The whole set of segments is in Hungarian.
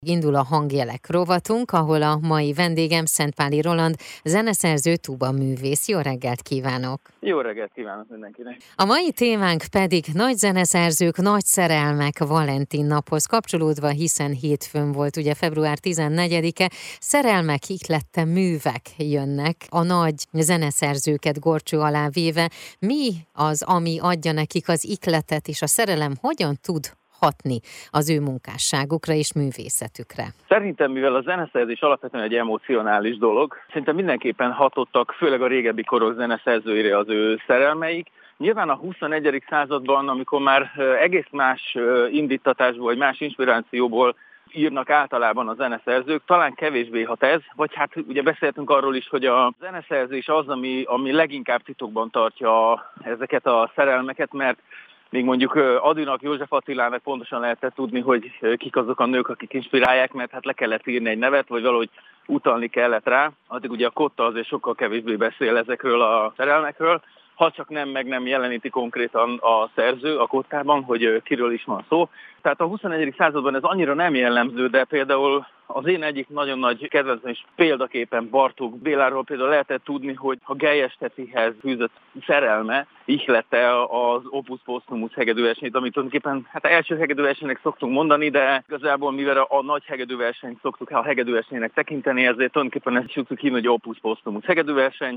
Indul a hangjelek rovatunk, ahol a mai vendégem Szentpáli Roland, zeneszerző, tubaművész. Jó reggelt kívánok! Jó reggelt kívánok mindenkinek! A mai témánk pedig nagy zeneszerzők, nagy szerelmek Valentin naphoz kapcsolódva, hiszen hétfőn volt ugye február 14-e, szerelmek, ihlette művek jönnek, a nagy zeneszerzőket górcső alá véve. Mi az, ami adja nekik az ihletet, és a szerelem hogyan tud hatni az ő munkásságukra és művészetükre? Szerintem, mivel a zeneszerzés alapvetően egy emocionális dolog, szerintem mindenképpen hatottak, főleg a régebbi korok zeneszerzőire az ő szerelmeik. Nyilván a 21. században, amikor már egész más indítatásból, vagy más inspirációból írnak általában a zeneszerzők, talán kevésbé hat ez, vagy hát ugye beszéltünk arról is, hogy a zeneszerzés az, ami leginkább titokban tartja ezeket a szerelmeket, mert még mondjuk Adinak, József Attilának pontosan lehetett tudni, hogy kik azok a nők, akik inspirálják, mert hát le kellett írni egy nevet, vagy valahogy utalni kellett rá. Addig ugye a kotta azért sokkal kevésbé beszél ezekről a szerelmekről, ha csak nem jeleníti konkrétan a szerző a kottában, hogy kiről is van szó. Tehát a 21. században ez annyira nem jellemző, de például az én egyik nagyon nagy kedvencem és példaképpen Bartók Béláról például lehetett tudni, hogy a Gelyes Stefihez fűzött szerelme ihlette az Opus Postumus hegedűversenyt, amit tulajdonképpen hát első hegedűversenynek szoktunk mondani, de igazából mivel a nagy hegedűversenyt szoktuk a hegedűversenynek tekinteni, ezért tulajdonképpen ezt szoktuk hívni, hogy Opus Postumus hegedűverseny.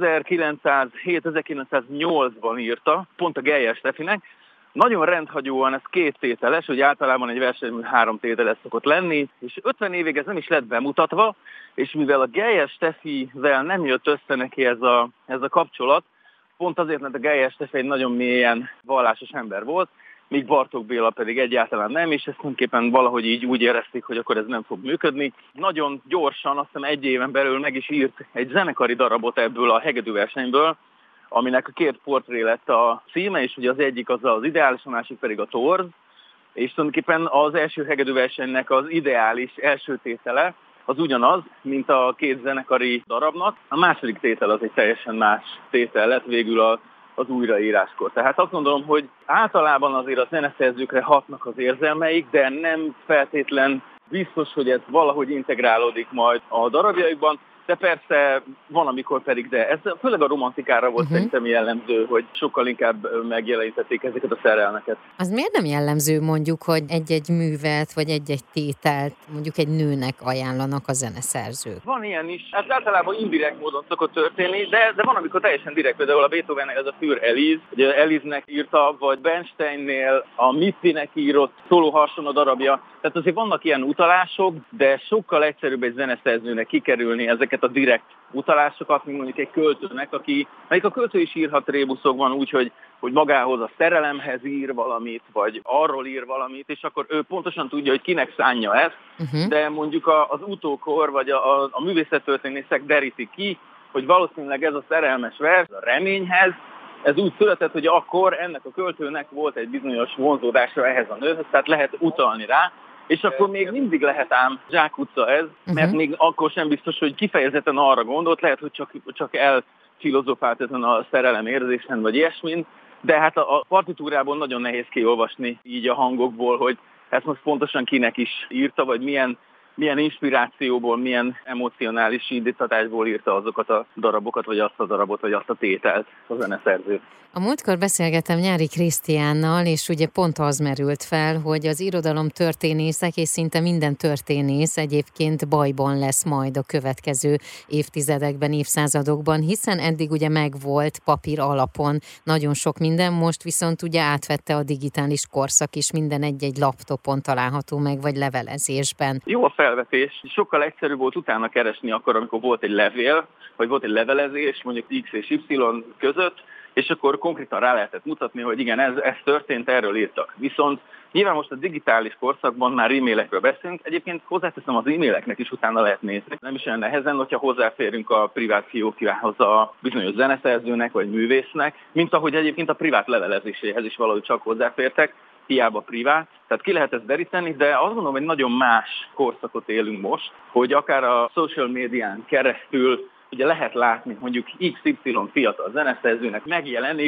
1907-1908-ban írta, pont a Gelyes Stefinek. Nagyon rendhagyóan ez 2 tételes, hogy általában egy versenyben 3 tételes szokott lenni, és 50 évig ez nem is lett bemutatva, és mivel a Gelyes Stefivel nem jött össze neki ez a kapcsolat, pont azért, mert a Gelyes Stefi egy nagyon mélyen vallásos ember volt, míg Bartók Béla pedig egyáltalán nem, és ezt tulajdonképpen valahogy így úgy érezték, hogy akkor ez nem fog működni. Nagyon gyorsan, azt hiszem 1 éven belül meg is írt egy zenekari darabot ebből a hegedűversenyből, aminek a 2 portré lett a címe, és ugye az egyik az ideális, a másik pedig a torz, és tulajdonképpen az első hegedűversenynek az ideális első tétele az ugyanaz, mint a 2 zenekari darabnak. A második tétel az egy teljesen más tétel lett végül az újraíráskor. Tehát azt gondolom, hogy általában azért a zeneszerzőkre hatnak az érzelmeik, de nem feltétlen biztos, hogy ez valahogy integrálódik majd a darabjaikban. De persze van, amikor pedig, de ez főleg a romantikára volt szerintem jellemző, hogy sokkal inkább megjelenítették ezeket a szerelmeket. Az miért nem jellemző mondjuk, hogy egy-egy művet, vagy egy-egy tételt mondjuk egy nőnek ajánlanak a zeneszerzők? Van ilyen is, hát általában indirekt módon szokott történni, de van, amikor teljesen direkt, például a Beethovennek ez a Für Elise, ugye Elise-nek írta, vagy Bernsteinnél a Mittinek írott szólóharson a darabja. Tehát azért vannak ilyen utalások, de sokkal egyszerűbb egy zeneszerzőnek kikerülni ezeket a direkt utalásokat, mint mondjuk egy költőnek, melyik a költő is írhat rébuszokban úgy, hogy magához a szerelemhez ír valamit, vagy arról ír valamit, és akkor ő pontosan tudja, hogy kinek szánja ezt, de mondjuk az utókor, vagy a művészettörténészek derítik ki, hogy valószínűleg ez a szerelmes vers a reményhez, ez úgy született, hogy akkor ennek a költőnek volt egy bizonyos vonzódása ehhez a nőhöz, tehát lehet utalni rá, és akkor még mindig lehet ám zsákutca ez, mert még akkor sem biztos, hogy kifejezetten arra gondolt, lehet, hogy csak elfilozofált ezen a szerelem érzésen, vagy ilyesmin, de hát a partitúrából nagyon nehéz kiolvasni így a hangokból, hogy ezt most pontosan kinek is írta, vagy milyen inspirációból, milyen emocionális indítatásból írta azokat a darabokat, vagy azt a darabot, vagy azt a tételt a zeneszerző. A múltkor beszélgettem Nyári Krisztiánnal, és ugye pont az merült fel, hogy az irodalom történészek, és szinte minden történész egyébként bajban lesz majd a következő évtizedekben, évszázadokban, hiszen eddig ugye megvolt papír alapon nagyon sok minden, most viszont ugye átvette a digitális korszak is, minden egy-egy laptopon található meg, vagy levelezésben. Jó a felvetés. Sokkal egyszerűbb volt utána keresni akkor, amikor volt egy levél, vagy volt egy levelezés, mondjuk X és Y között, és akkor konkrétan rá lehetett mutatni, hogy igen, ez történt, erről írtak. Viszont nyilván most a digitális korszakban már e-mailekről beszélünk, egyébként hozzáteszem, az e-maileknek is utána lehet nézni. Nem is olyan nehezen, hogyha hozzáférünk a privát fiókjához a bizonyos zeneszerzőnek vagy művésznek, mint ahogy egyébként a privát levelezéséhez is valahogy csak hozzáfértek, hiába privát. Tehát ki lehet ezt deríteni, de azt gondolom, hogy nagyon más korszakot élünk most, hogy akár a social médián keresztül ugye lehet látni, mondjuk XY fiatal zeneszerzőnek megjelenik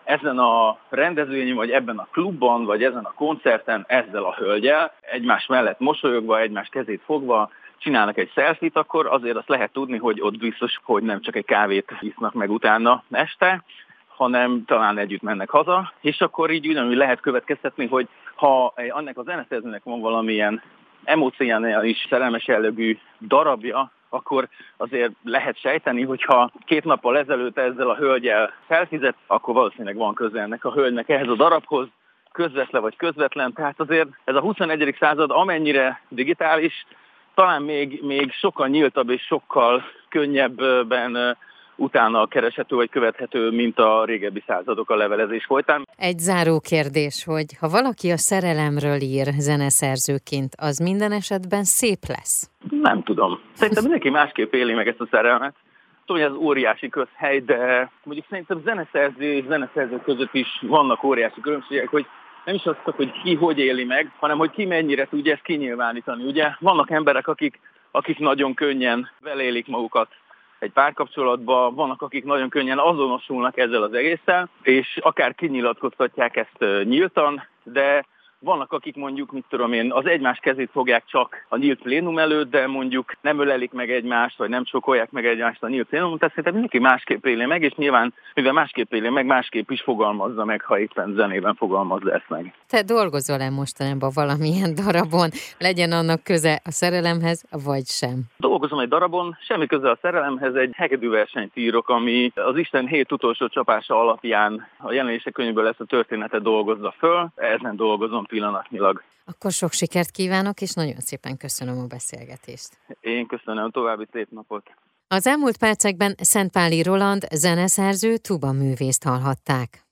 ezen a rendezvényen, vagy ebben a klubban, vagy ezen a koncerten ezzel a hölgyel, egymás mellett mosolyogva, egymás kezét fogva csinálnak egy selfie-t, akkor azért azt lehet tudni, hogy ott biztos, hogy nem csak egy kávét isznak meg utána este, hanem talán együtt mennek haza, és akkor így ugyanúgy lehet következtetni, hogy ha annak a zeneszerzőnek van valamilyen emocionális, szerelmes jellegű darabja, akkor azért lehet sejteni, hogyha 2 nappal ezelőtt ezzel a hölgyel felfizet, akkor valószínűleg van köze ennek a hölgynek ehhez a darabhoz, közvetlen vagy közvetlen. Tehát azért ez a 21. század amennyire digitális, talán még sokkal nyíltabb és sokkal könnyebben utána kereshető vagy követhető, mint a régebbi századok a levelezés folytán. Egy záró kérdés, hogy ha valaki a szerelemről ír zeneszerzőként, az minden esetben szép lesz? Nem tudom. Szerintem mindenki másképp éli meg ezt a szerelmet. Tudom, hogy ez óriási közhely, de mondjuk szerintem zeneszerző és zeneszerző között is vannak óriási különbségek, hogy nem is azt, hogy ki hogy éli meg, hanem hogy ki mennyire tudja ezt kinyilvánítani. Ugye vannak emberek, akik nagyon könnyen belélik magukat egy párkapcsolatban, vannak, akik nagyon könnyen azonosulnak ezzel az egésszel, és akár kinyilatkoztatják ezt nyíltan, de vannak, akik mondjuk, az egymás kezét fogják csak a nyílt plénum előtt, de mondjuk nem ölelik meg egymást, vagy nem csokolják meg egymást a nyílt plénum, tehát szerintem mindenki másképp éli meg, és nyilván, mivel másképp éli meg, másképp is fogalmazza meg, ha éppen zenében fogalmazza ezt meg. Te dolgozol-e mostanában valamilyen darabon, legyen annak köze a szerelemhez, vagy sem? Dolgozom egy darabon, semmi köze a szerelemhez, egy hegedűversenyt írok, ami az Isten 7 utolsó csapása alapján a jelenések könyvből ezt a történetet dolgozza föl, ezen dolgozom pillanatnyilag. Akkor sok sikert kívánok, és nagyon szépen köszönöm a beszélgetést. Én köszönöm, további szép napot. Az elmúlt percekben Szentpáli Roland zeneszerző, tuba művészt hallhatták.